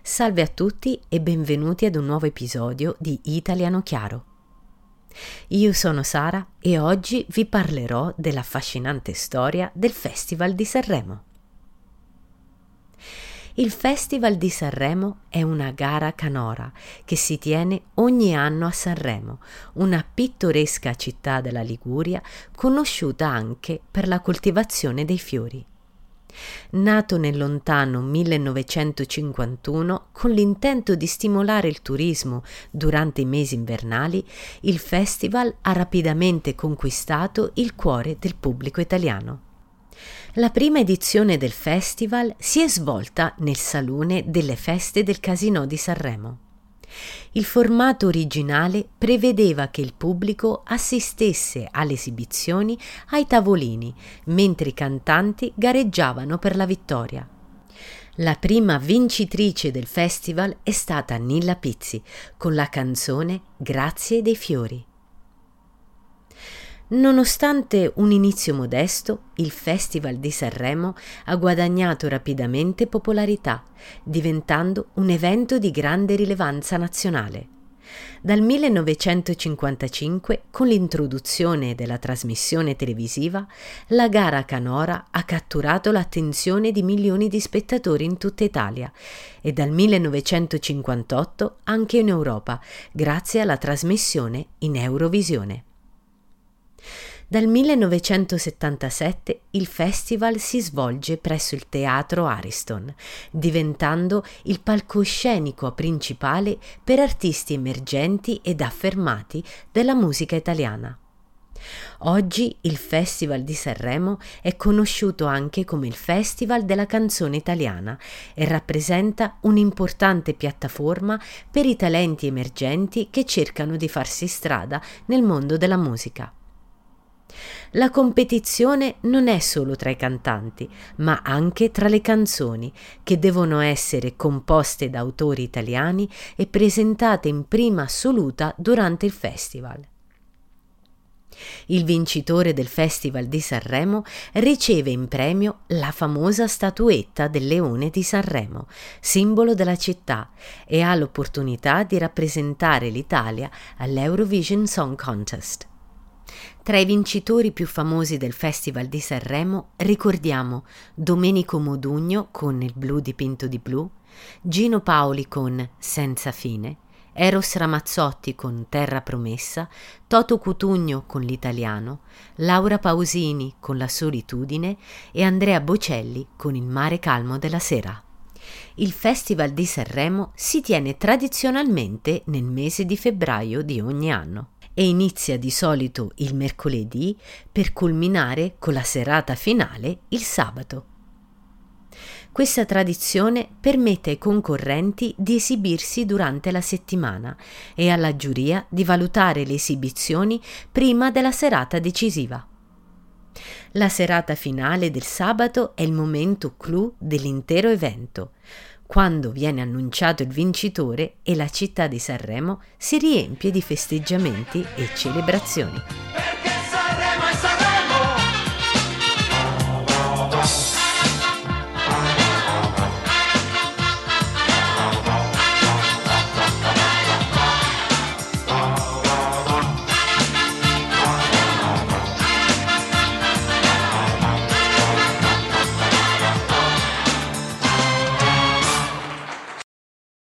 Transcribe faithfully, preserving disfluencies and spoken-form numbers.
Salve a tutti e benvenuti ad un nuovo episodio di Italiano Chiaro. Io sono Sara e oggi vi parlerò dell'affascinante storia del Festival di Sanremo. Il Festival di Sanremo è una gara canora che si tiene ogni anno a Sanremo, una pittoresca città della Liguria conosciuta anche per la coltivazione dei fiori. Nato nel lontano millenovecentocinquantuno con l'intento di stimolare il turismo durante i mesi invernali, il festival ha rapidamente conquistato il cuore del pubblico italiano. La prima edizione del festival si è svolta nel salone delle feste del Casinò di Sanremo. Il formato originale prevedeva che il pubblico assistesse alle esibizioni ai tavolini, mentre i cantanti gareggiavano per la vittoria. La prima vincitrice del festival è stata Nilla Pizzi, con la canzone Grazie dei fiori. Nonostante un inizio modesto, il Festival di Sanremo ha guadagnato rapidamente popolarità, diventando un evento di grande rilevanza nazionale. Dal millenovecentocinquantacinque, con l'introduzione della trasmissione televisiva, la gara canora ha catturato l'attenzione di milioni di spettatori in tutta Italia e dal millenovecentocinquantotto anche in Europa, grazie alla trasmissione in Eurovisione. Dal millenovecentosettantasette il festival si svolge presso il Teatro Ariston, diventando il palcoscenico principale per artisti emergenti ed affermati della musica italiana. Oggi il Festival di Sanremo è conosciuto anche come il Festival della canzone italiana e rappresenta un'importante piattaforma per i talenti emergenti che cercano di farsi strada nel mondo della musica. La competizione non è solo tra i cantanti, ma anche tra le canzoni, che devono essere composte da autori italiani e presentate in prima assoluta durante il festival. Il vincitore del Festival di Sanremo riceve in premio la famosa statuetta del Leone di Sanremo, simbolo della città, e ha l'opportunità di rappresentare l'Italia all'Eurovision Song Contest. Tra i vincitori più famosi del Festival di Sanremo ricordiamo Domenico Modugno con Il blu dipinto di blu, Gino Paoli con Senza fine, Eros Ramazzotti con Terra promessa, Toto Cutugno con L'italiano, Laura Pausini con La solitudine e Andrea Bocelli con Il mare calmo della sera. Il Festival di Sanremo si tiene tradizionalmente nel mese di febbraio di ogni anno e inizia di solito il mercoledì per culminare con la serata finale il sabato. Questa tradizione permette ai concorrenti di esibirsi durante la settimana e alla giuria di valutare le esibizioni prima della serata decisiva. La serata finale del sabato è il momento clou dell'intero evento, quando viene annunciato il vincitore e la città di Sanremo si riempie di festeggiamenti e celebrazioni.